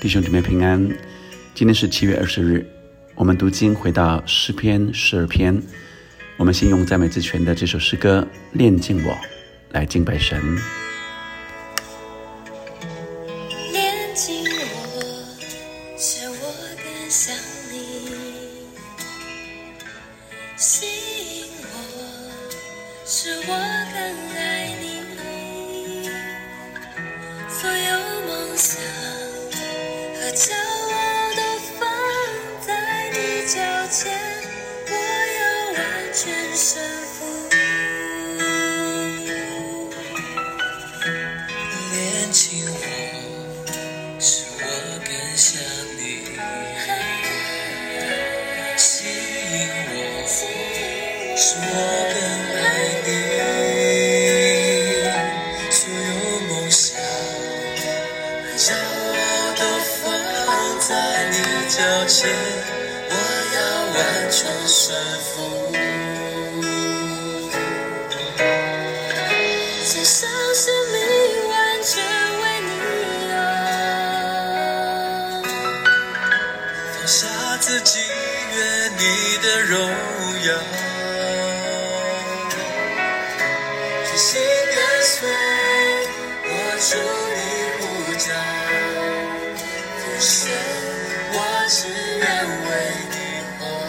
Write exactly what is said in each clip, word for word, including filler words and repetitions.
弟兄姊妹平安，今天是七月二十日，我们读经回到诗篇十二篇，我们先用赞美之泉的这首诗歌炼净我来敬拜神。 炼净我，使我更像你，吸引我，使我更爱你，所有梦想和骄傲都放在你脚前，我要完全顺服。炼净我，使我更像你，吸引我，使我更爱你，所有梦想和骄傲都放在你脚前，我要完全顺服。献上生命完全为你用，放下自己愿你的荣耀，全心跟随我主你呼召，不是我只愿为你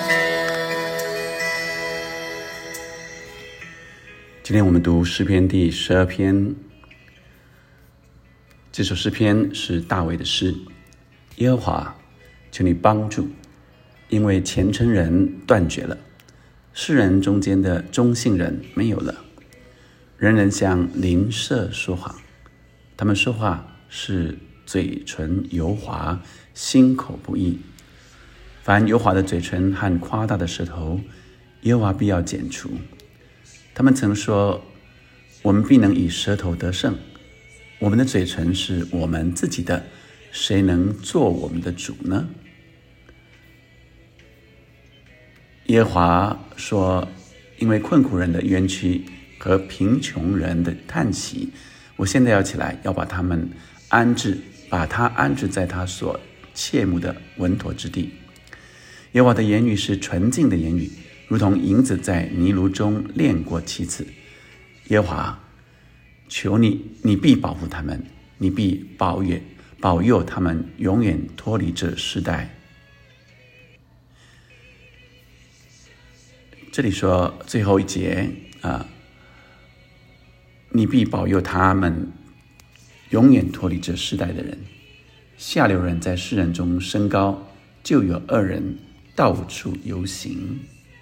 活。 今天我们读诗篇第十二篇，这首诗篇是大卫的诗。耶和华，求你帮助，因为虔诚人断绝了，世人中间的忠信人没有了。人人向邻舍说谎，他们说话是嘴唇油滑，心口不义。凡油滑的嘴唇和夸大的舌头，耶和华必要剪除。他们曾说，我们必能以舌头得胜，我们的嘴唇是我们自己的，谁能做我们的主呢？耶和华说，因为困苦人的冤屈和贫穷人的叹息，我现在要起来，要把他们安置，把他安置在他所切慕的稳妥之地。耶和华的言语是纯净的言语，如同银子在泥炉中炼过七次。耶和华，求你，你必保护他们，你必保佑保佑他们，永远脱离这世代。这里说最后一节啊，你必保佑他们，永远脱离这世代的人。下流人在世人中升高，就有恶人到处游行。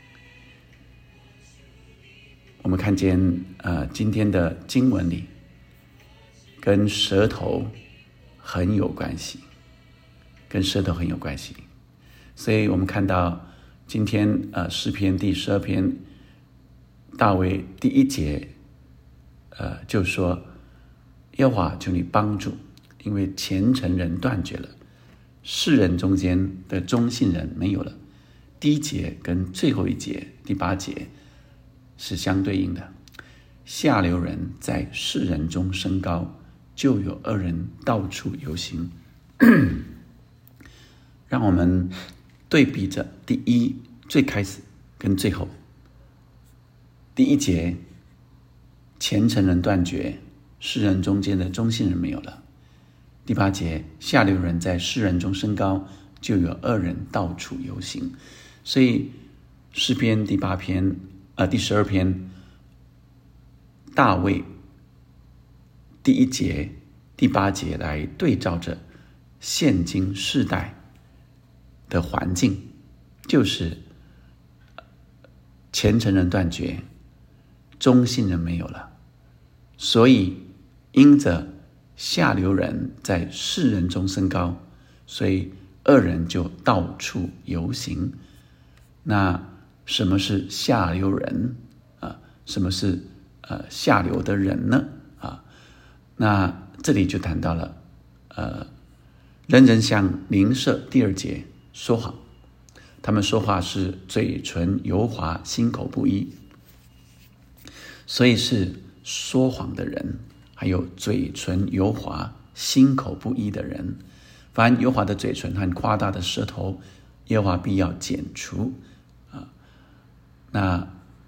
我们看见呃，今天的经文里跟舌头很有关系，跟舌头很有关系。所以我们看到今天呃诗篇第十二篇，大卫第一节呃就说，耶和华求你帮助，因为虔诚人断绝了，世人中间的忠信人没有了。第一节跟最后一节第八节是相对应的，下流人在世人中升高，就有恶人到处游行。让我们对比着第一最开始跟最后。第一节，虔诚人断绝，世人中间的忠信人没有了。第八节，下流人在世人中升高，就有恶人到处游行。所以诗篇第八篇呃，第十二篇，大卫第一节、第八节来对照着现今世代的环境，就是虔诚人断绝，忠信人没有了，所以因着下流人在世人中升高，所以恶人就到处游行。那什么是下流人啊？什么是呃下流的人呢？啊，那这里就谈到了，呃，人人向邻舍第二节说谎，他们说话是嘴唇油滑，心口不一，所以是说谎的人，还有嘴唇油滑、心口不一的人， 凡耶和华的嘴唇和夸大的舌头，耶和华必要剪除。啊，那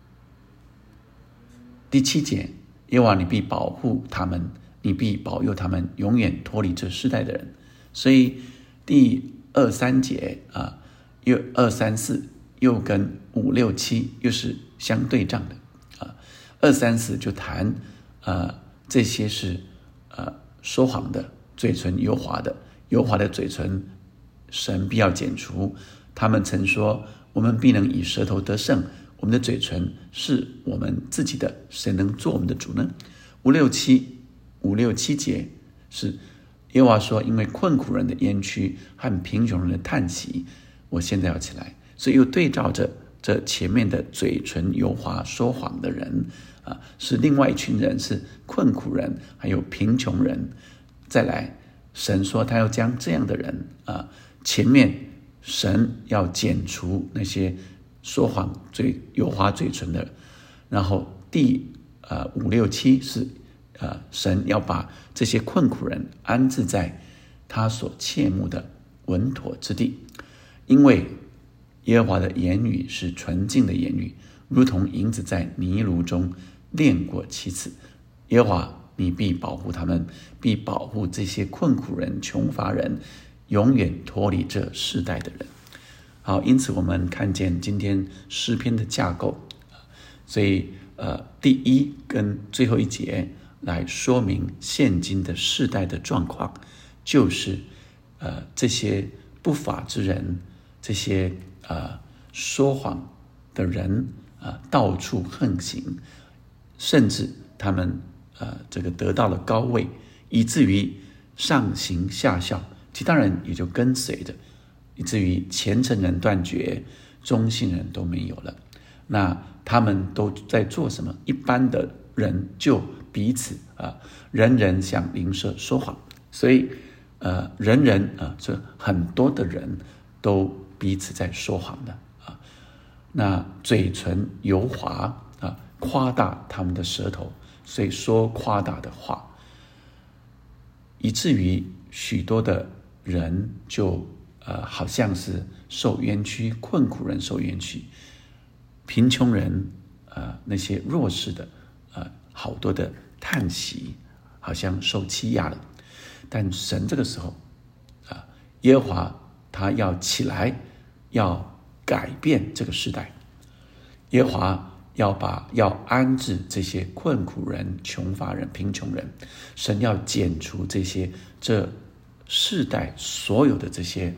第七节，耶和华你必保护他们，你必保佑他们，永远脱离这世代的人。所以第二三节啊，又二三四又跟五六七又是相对仗的啊。二三四就谈呃这些是呃说谎的，嘴唇油滑的，油滑的嘴唇，神必要剪除。他们曾说，我们必能以舌头得胜，我们的嘴唇是我们自己的，谁能做我们的主呢？五六七五六七节是耶和华说，因为困苦人的冤屈和贫穷人的叹息，我现在要起来。所以又对照着这前面的嘴唇油滑说谎的人啊，是另外一群人，是困苦人还有贫穷人。再来，神说他要将这样的人啊，前面神要剪除那些说谎嘴油滑嘴唇的，然后第呃五六七是呃神要把这些困苦人安置在他所切慕的稳妥之地，因为耶和华的言语是纯净的言语，如同银子在泥炉中炼过七次。耶和华你必保护他们，必保护这些困苦人穷乏人，永远脱离这世代的人。好，因此我们看见今天诗篇的架构，所以呃，第一跟最后一节来说明现今的世代的状况，就是呃这些不法之人，这些呃说谎的人啊、呃，到处横行，甚至他们呃这个得到了高位，以至于上行下效，其他人也就跟随着，以至于虔诚人断绝，忠信人都没有了。那他们都在做什么？一般的人就彼此啊，人人向邻舍说谎，所以呃，人人啊，这很多的人都彼此在说谎的啊。那嘴唇油滑啊，夸大他们的舌头，所以说夸大的话，以至于许多的人就呃，好像是受冤屈，困苦人受冤屈，贫穷人呃那些弱势的呃好多的叹息，好像受欺压了。但神这个时候啊、呃，耶和华他要起来，要改变这个时代。耶和华要把要安置这些困苦人、穷乏人、贫穷人，神要剪除这些这世代所有的这些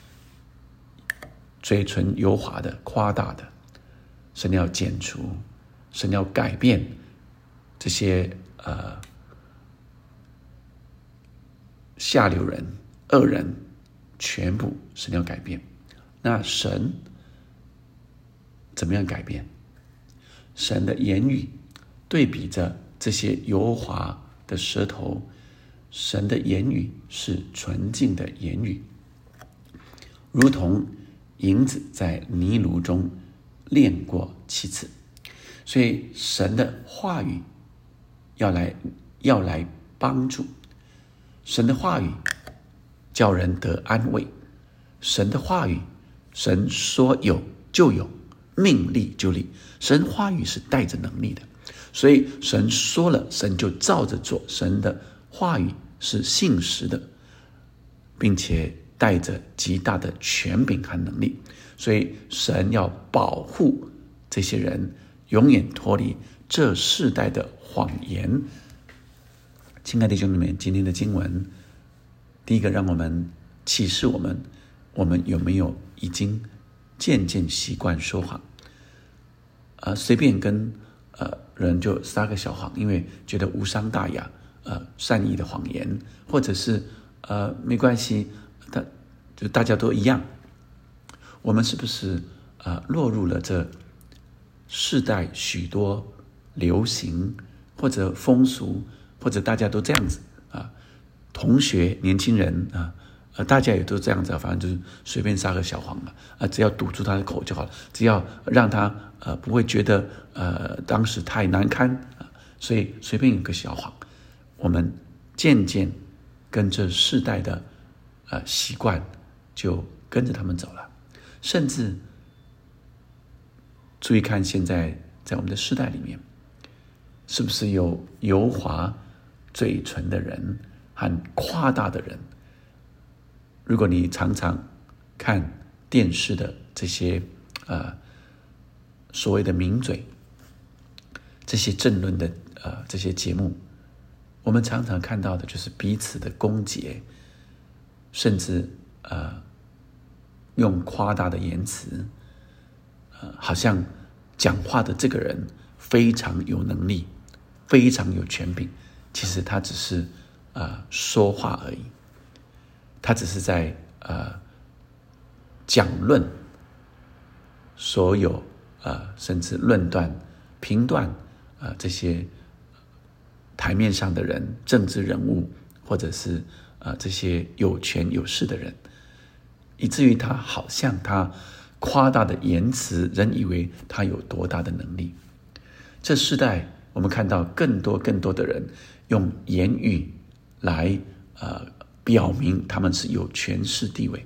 嘴唇油滑的、夸大的，神要剪除，神要改变这些呃下流人、恶人，全部神要改变。那神怎么样改变？神的言语对比着这些油滑的舌头，神的言语是纯净的言语，如同银子在泥炉中炼过七次。所以神的话语要来要来帮助，神的话语叫人得安慰，神的话语，神说有就有，命立就立，神话语是带着能力的，所以神说了，神就照着做，神的话语是信实的，并且带着极大的权柄和能力，所以神要保护这些人永远脱离这世代的谎言。亲爱的弟兄姊妹，今天的经文第一个让我们启示我们，我们有没有已经渐渐习惯说谎，呃，随便跟呃人就撒个小谎，因为觉得无伤大雅，呃，善意的谎言，或者是呃没关系，他就大家都一样。我们是不是呃落入了这世代许多流行或者风俗，或者大家都这样子啊？同学、年轻人啊，呃，大家也都这样子，反正就是随便撒个小谎嘛，啊，只要堵住他的口就好了，只要让他呃不会觉得呃当时太难堪啊，所以随便有个小谎，我们渐渐跟这世代的呃习惯，就跟着他们走了。甚至注意看，现在在我们的世代里面，是不是有油滑嘴唇的人和夸大的人？如果你常常看电视的这些呃所谓的名嘴，这些政论的呃这些节目，我们常常看到的就是彼此的攻讦，甚至呃用夸大的言辞，呃好像讲话的这个人非常有能力，非常有权柄，其实他只是呃说话而已，他只是在呃讲论所有呃甚至论断、评断呃这些台面上的人、政治人物，或者是呃这些有权有势的人，以至于他好像他夸大的言辞，人以为他有多大的能力。这世代我们看到更多更多的人用言语来呃表明他们是有权势地位，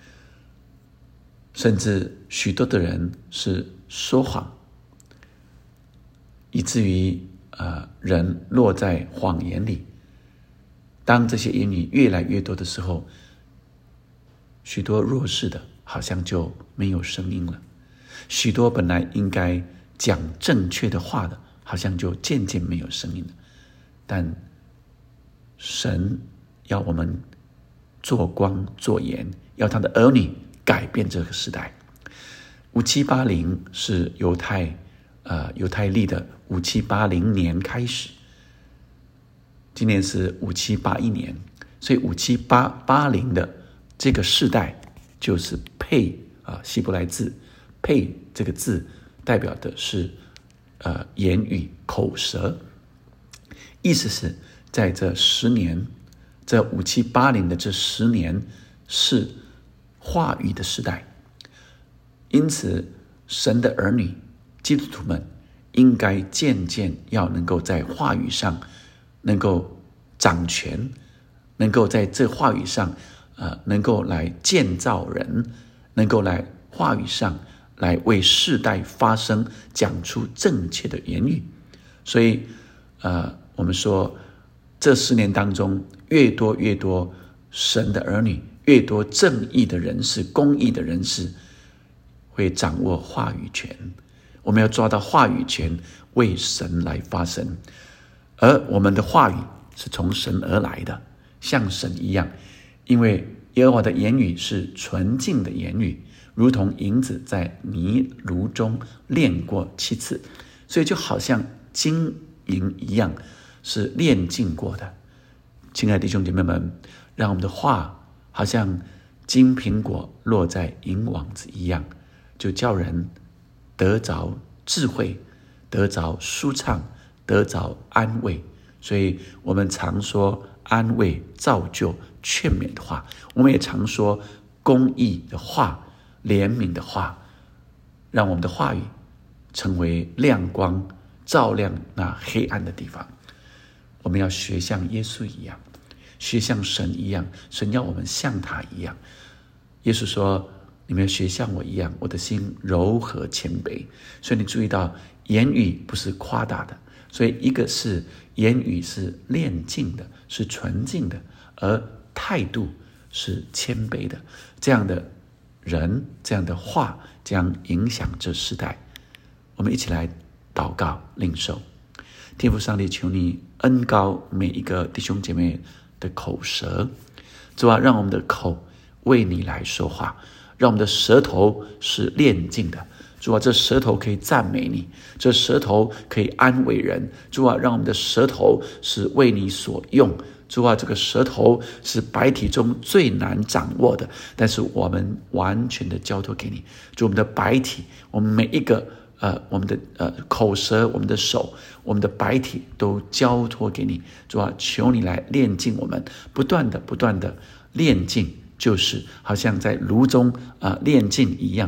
甚至许多的人是说谎，以至于呃人落在谎言里。当这些言语越来越多的时候，许多弱势的好像就没有声音了，许多本来应该讲正确的话的，好像就渐渐没有声音了。但神要我们做光做盐，要他的儿女改变这个时代。五七八零是犹太呃犹太历的五七八零年开始，今年是五七八一年，所以五七八八零的这个世代就是配啊希伯来字配这个字代表的是呃言语口舌，意思是在这十年，这五七八零的这十年是话语的时代。因此神的儿女基督徒们应该渐渐要能够在话语上能够掌权，能够在这话语上呃，能够来建造人，能够来话语上来为世代发声，讲出正确的言语。所以呃，我们说这十年当中，越多越多神的儿女，越多正义的人士、公义的人士会掌握话语权。我们要抓到话语权，为神来发声。而我们的话语是从神而来的，像神一样，因为耶和华的言语是纯净的言语，如同银子在泥炉中炼过七次，所以就好像金银一样，是炼净过的。亲爱的弟兄姐妹们，让我们的话好像金苹果落在银网子一样，就叫人得着智慧，得着舒畅，得着安慰。所以我们常说安慰、造就、劝勉的话，我们也常说公义的话、怜悯的话，让我们的话语成为亮光，照亮那黑暗的地方。我们要学像耶稣一样，学像神一样，神要我们像他一样。耶稣说，你们要学像我一样，我的心柔和谦卑。所以你注意到言语不是夸大的，所以一个是言语是炼净的，是纯净的，而态度是谦卑的。这样的人，这样的话将影响这世代。我们一起来祷告领受。天父上帝，求你恩膏每一个弟兄姐妹的口舌，主啊，让我们的口为你来说话，让我们的舌头是炼净的。主啊，这舌头可以赞美你，这舌头可以安慰人。主啊，让我们的舌头是为你所用。主啊，这个舌头是百体中最难掌握的，但是我们完全的交托给你。主，我们的百体，我们每一个呃，我们的呃口舌，我们的手，我们的百体都交托给你。主啊，求你来炼净我们，不断的不断的炼净，就是好像在炉中啊、呃、炼净一样，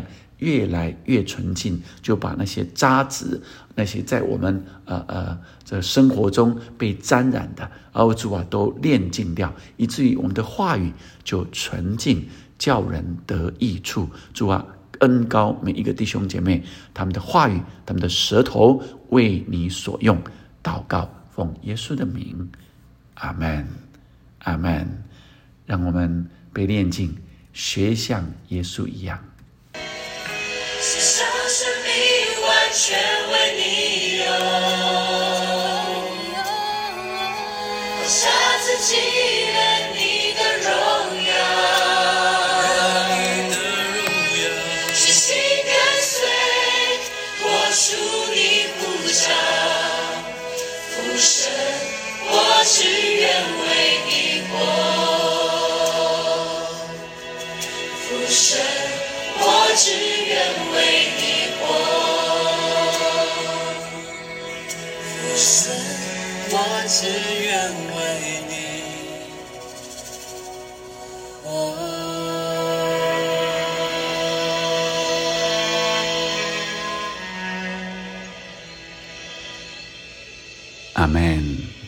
越来越纯净，就把那些渣子，那些在我们呃呃这生活中被沾染的，而主啊都炼净掉，以至于我们的话语就纯净，叫人得益处。主啊，恩膏每一个弟兄姐妹，他们的话语，他们的舌头为你所用。祷告，奉耶稣的名，阿们，阿们。让我们被炼净，学像耶稣一样。 世上生命完全为你有，放下自己，愿你的荣耀，全心跟随，我属你呼召，父神，我只愿为你活。父神，我只愿为你活。父神，我只愿为你活。 阿们。